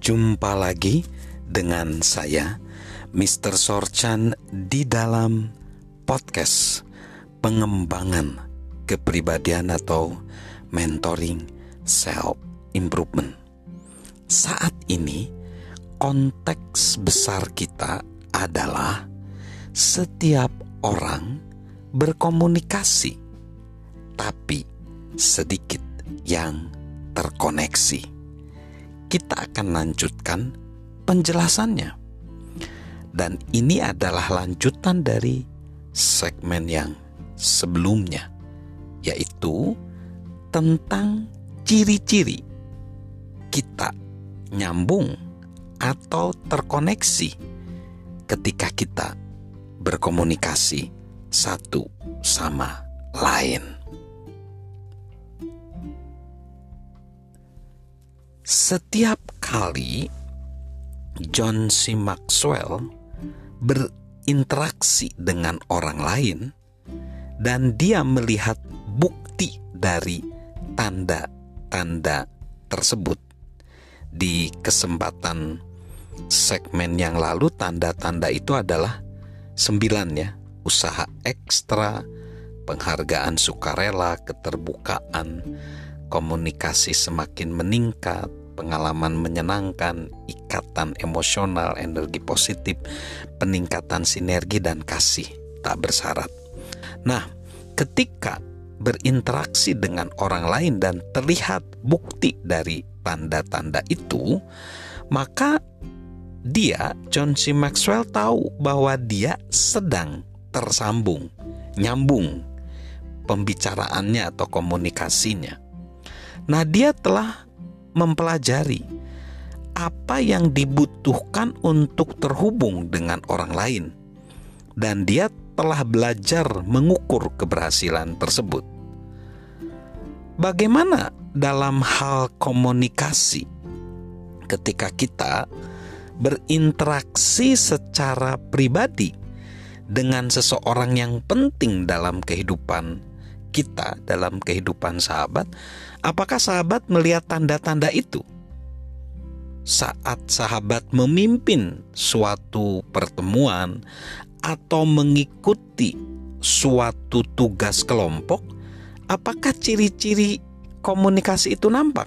Jumpa lagi dengan saya, Mr. Sorchan, di dalam podcast pengembangan kepribadian atau mentoring self improvement. Saat ini konteks besar kita adalah setiap orang berkomunikasi, tapi sedikit yang terkoneksi. Kita akan lanjutkan penjelasannya. Dan ini adalah lanjutan dari segmen yang sebelumnya, yaitu tentang ciri-ciri kita nyambung atau terkoneksi ketika kita berkomunikasi satu sama lain. Setiap kali John C. Maxwell berinteraksi dengan orang lain dan dia melihat bukti dari tanda-tanda tersebut. Di kesempatan segmen yang lalu, tanda-tanda itu adalah 9 ya. Usaha ekstra, penghargaan sukarela, keterbukaan, komunikasi semakin meningkat, pengalaman menyenangkan, ikatan emosional, energi positif, peningkatan sinergi, dan kasih tak bersyarat. Nah, ketika berinteraksi dengan orang lain dan terlihat bukti dari tanda-tanda itu, maka dia, John C. Maxwell, tahu bahwa dia sedang tersambung, nyambung pembicaraannya atau komunikasinya. Nah, dia telah mempelajari apa yang dibutuhkan untuk terhubung dengan orang lain, dan dia telah belajar mengukur keberhasilan tersebut. Bagaimana dalam hal komunikasi ketika kita berinteraksi secara pribadi dengan seseorang yang penting dalam kehidupan kita, dalam kehidupan sahabat? Apakah sahabat melihat tanda-tanda itu? Saat sahabat memimpin suatu pertemuan atau mengikuti suatu tugas kelompok, apakah ciri-ciri komunikasi itu nampak?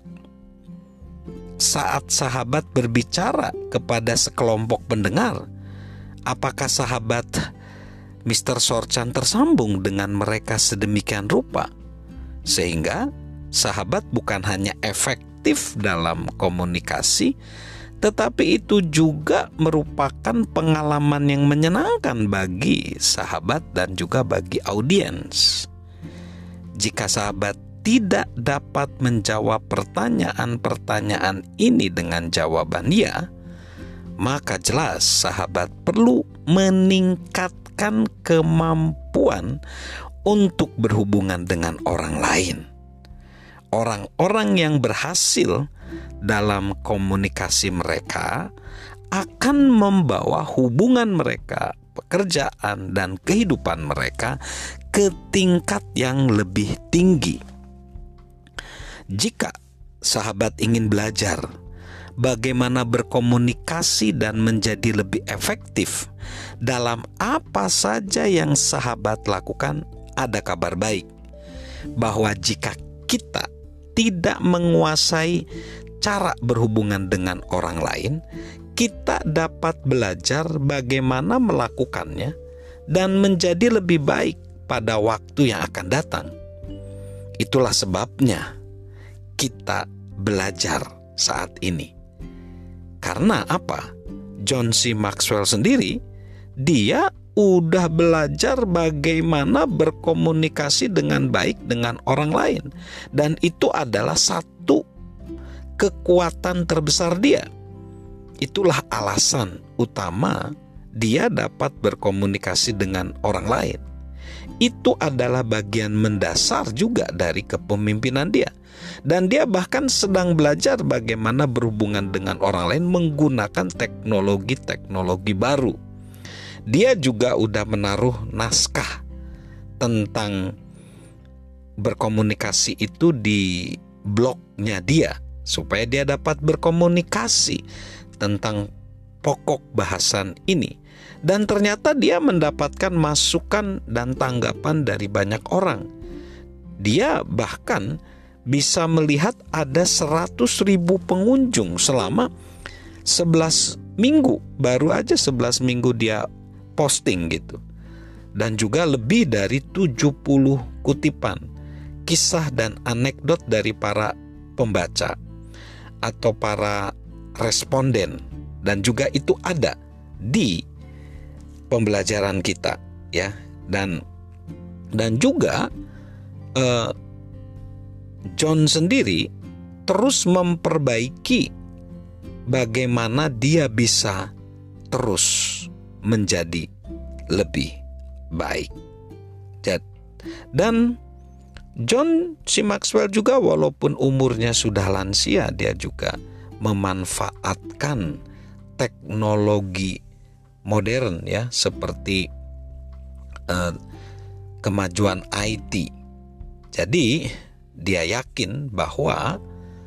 Saat sahabat berbicara kepada sekelompok pendengar, apakah sahabat Mr. Sorchan tersambung dengan mereka sedemikian rupa sehingga sahabat bukan hanya efektif dalam komunikasi, tetapi itu juga merupakan pengalaman yang menyenangkan bagi sahabat dan juga bagi audiens. Jika sahabat tidak dapat menjawab pertanyaan-pertanyaan ini dengan jawaban ya, maka jelas sahabat perlu meningkatkan kemampuan untuk berhubungan dengan orang lain. Orang-orang yang berhasil dalam komunikasi mereka akan membawa hubungan mereka, pekerjaan, dan kehidupan mereka ke tingkat yang lebih tinggi. Jika sahabat ingin belajar bagaimana berkomunikasi dan menjadi lebih efektif dalam apa saja yang sahabat lakukan, ada kabar baik bahwa jika kita tidak menguasai cara berhubungan dengan orang lain, kita dapat belajar bagaimana melakukannya dan menjadi lebih baik pada waktu yang akan datang. Itulah sebabnya kita belajar saat ini. Karena apa? John C. Maxwell sendiri, dia udah belajar bagaimana berkomunikasi dengan baik dengan orang lain. Dan itu adalah satu kekuatan terbesar dia. Itulah alasan utama dia dapat berkomunikasi dengan orang lain. Itu adalah bagian mendasar juga dari kepemimpinan dia. Dan dia bahkan sedang belajar bagaimana berhubungan dengan orang lain menggunakan teknologi-teknologi baru. Dia juga udah menaruh naskah tentang berkomunikasi itu di blognya dia, supaya dia dapat berkomunikasi tentang pokok bahasan ini. Dan ternyata dia mendapatkan masukan dan tanggapan dari banyak orang. Dia bahkan bisa melihat ada 100.000 pengunjung selama 11 minggu. Baru aja 11 minggu dia posting gitu. Dan juga lebih dari 70 kutipan, kisah dan anekdot dari para pembaca atau para responden. Dan juga itu ada di pembelajaran kita ya. Dan juga John sendiri terus memperbaiki bagaimana dia bisa terus menjadi lebih baik. Dan John C. Maxwell juga walaupun umurnya sudah lansia, dia juga memanfaatkan teknologi modern ya, seperti kemajuan IT. Jadi dia yakin bahwa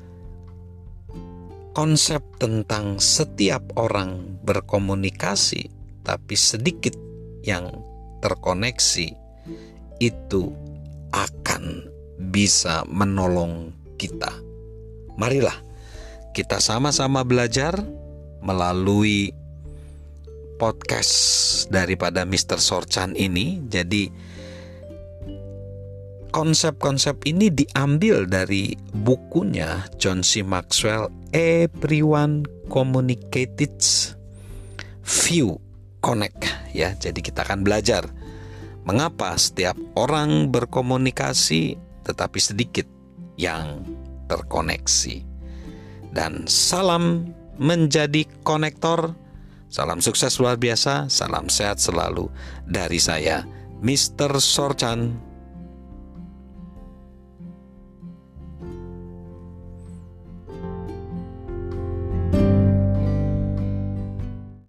konsep tentang setiap orang berkomunikasi tapi sedikit yang terkoneksi itu akan bisa menolong kita. Marilah kita sama-sama belajar melalui podcast daripada Mr. Sorchan ini. Jadi konsep-konsep ini diambil dari bukunya John C. Maxwell, Everyone Communicates, Few Connect ya. Jadi kita akan belajar mengapa setiap orang berkomunikasi tetapi sedikit yang terkoneksi. Dan salam menjadi konektor. Salam sukses luar biasa, salam sehat selalu dari saya, Mr. Sorchan.